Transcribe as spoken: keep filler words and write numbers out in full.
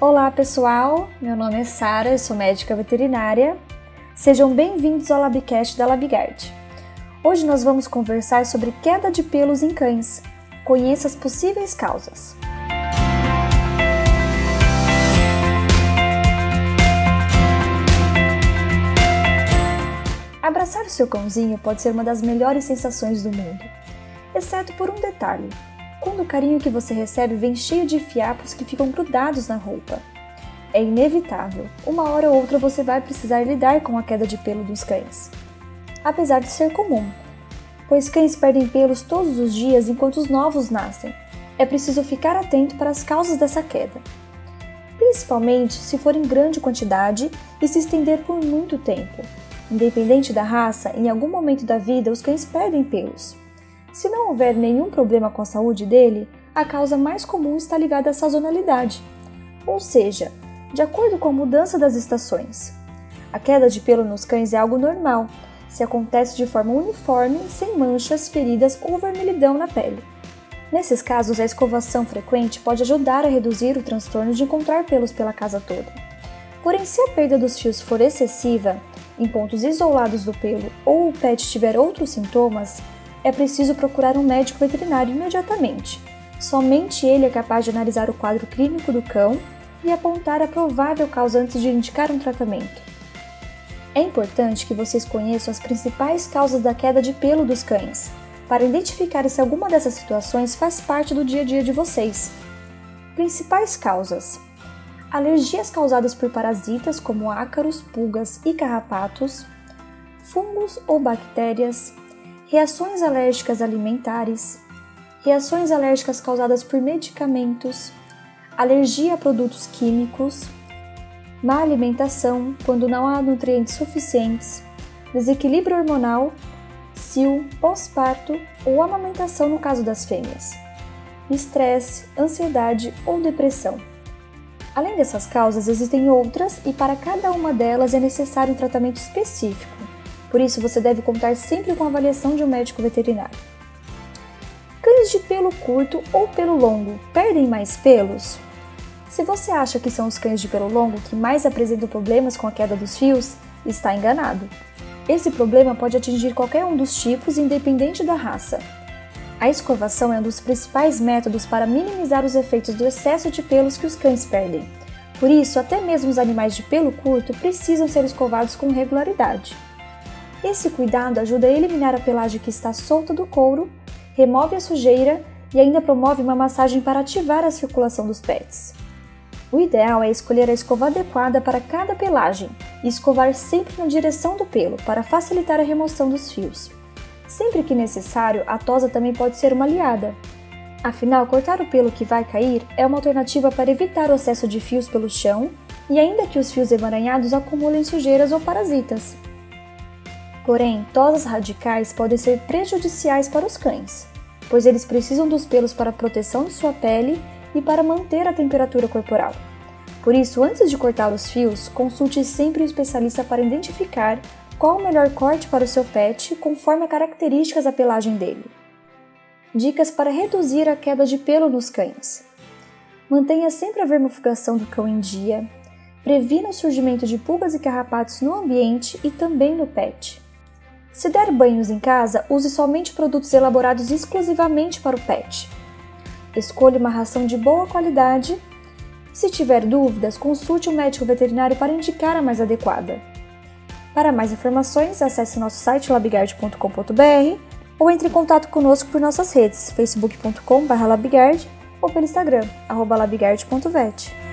Olá pessoal, meu nome é Sara, eu sou médica veterinária. Sejam bem-vindos ao Labcast da LabGuard. Hoje nós vamos conversar sobre queda de pelos em cães. Conheça as possíveis causas. Abraçar o seu cãozinho pode ser uma das melhores sensações do mundo, exceto por um detalhe. Quando o carinho que você recebe vem cheio de fiapos que ficam grudados na roupa. É inevitável, uma hora ou outra você vai precisar lidar com a queda de pelo dos cães. Apesar de ser comum, pois cães perdem pelos todos os dias enquanto os novos nascem. É preciso ficar atento para as causas dessa queda, principalmente se for em grande quantidade e se estender por muito tempo. Independente da raça, em algum momento da vida os cães perdem pelos. Se não houver nenhum problema com a saúde dele, a causa mais comum está ligada à sazonalidade, ou seja, de acordo com a mudança das estações. A queda de pelo nos cães é algo normal, se acontece de forma uniforme, sem manchas, feridas ou vermelhidão na pele. Nesses casos, a escovação frequente pode ajudar a reduzir o transtorno de encontrar pelos pela casa toda. Porém, se a perda dos fios for excessiva, em pontos isolados do pelo ou o pet tiver outros sintomas, é preciso procurar um médico veterinário imediatamente. Somente ele é capaz de analisar o quadro clínico do cão e apontar a provável causa antes de indicar um tratamento. É importante que vocês conheçam as principais causas da queda de pelo dos cães, para identificar se alguma dessas situações faz parte do dia a dia de vocês. Principais causas: alergias causadas por parasitas como ácaros, pulgas e carrapatos, fungos ou bactérias, reações alérgicas alimentares, reações alérgicas causadas por medicamentos, alergia a produtos químicos, má alimentação quando não há nutrientes suficientes, desequilíbrio hormonal, cio, pós-parto ou amamentação no caso das fêmeas, estresse, ansiedade ou depressão. Além dessas causas, existem outras e para cada uma delas é necessário um tratamento específico. Por isso, você deve contar sempre com a avaliação de um médico veterinário. Cães de pelo curto ou pelo longo perdem mais pelos? Se você acha que são os cães de pelo longo que mais apresentam problemas com a queda dos fios, está enganado. Esse problema pode atingir qualquer um dos tipos, independente da raça. A escovação é um dos principais métodos para minimizar os efeitos do excesso de pelos que os cães perdem. Por isso, até mesmo os animais de pelo curto precisam ser escovados com regularidade. Esse cuidado ajuda a eliminar a pelagem que está solta do couro, remove a sujeira e ainda promove uma massagem para ativar a circulação dos pets. O ideal é escolher a escova adequada para cada pelagem e escovar sempre na direção do pelo para facilitar a remoção dos fios. Sempre que necessário, a tosa também pode ser uma aliada. Afinal, cortar o pelo que vai cair é uma alternativa para evitar o excesso de fios pelo chão e ainda que os fios emaranhados acumulem sujeiras ou parasitas. Porém, tosas radicais podem ser prejudiciais para os cães, pois eles precisam dos pelos para a proteção de sua pele e para manter a temperatura corporal. Por isso, antes de cortar os fios, consulte sempre um especialista para identificar qual o melhor corte para o seu pet conforme as características da pelagem dele. Dicas para reduzir a queda de pelo nos cães: mantenha sempre a vermifugação do cão em dia, previna o surgimento de pulgas e carrapatos no ambiente e também no pet. Se der banhos em casa, use somente produtos elaborados exclusivamente para o pet. Escolha uma ração de boa qualidade. Se tiver dúvidas, consulte um médico veterinário para indicar a mais adequada. Para mais informações, acesse nosso site labguard ponto com ponto br ou entre em contato conosco por nossas redes facebook ponto com barra labguard ou pelo Instagram, arroba labguard ponto vet.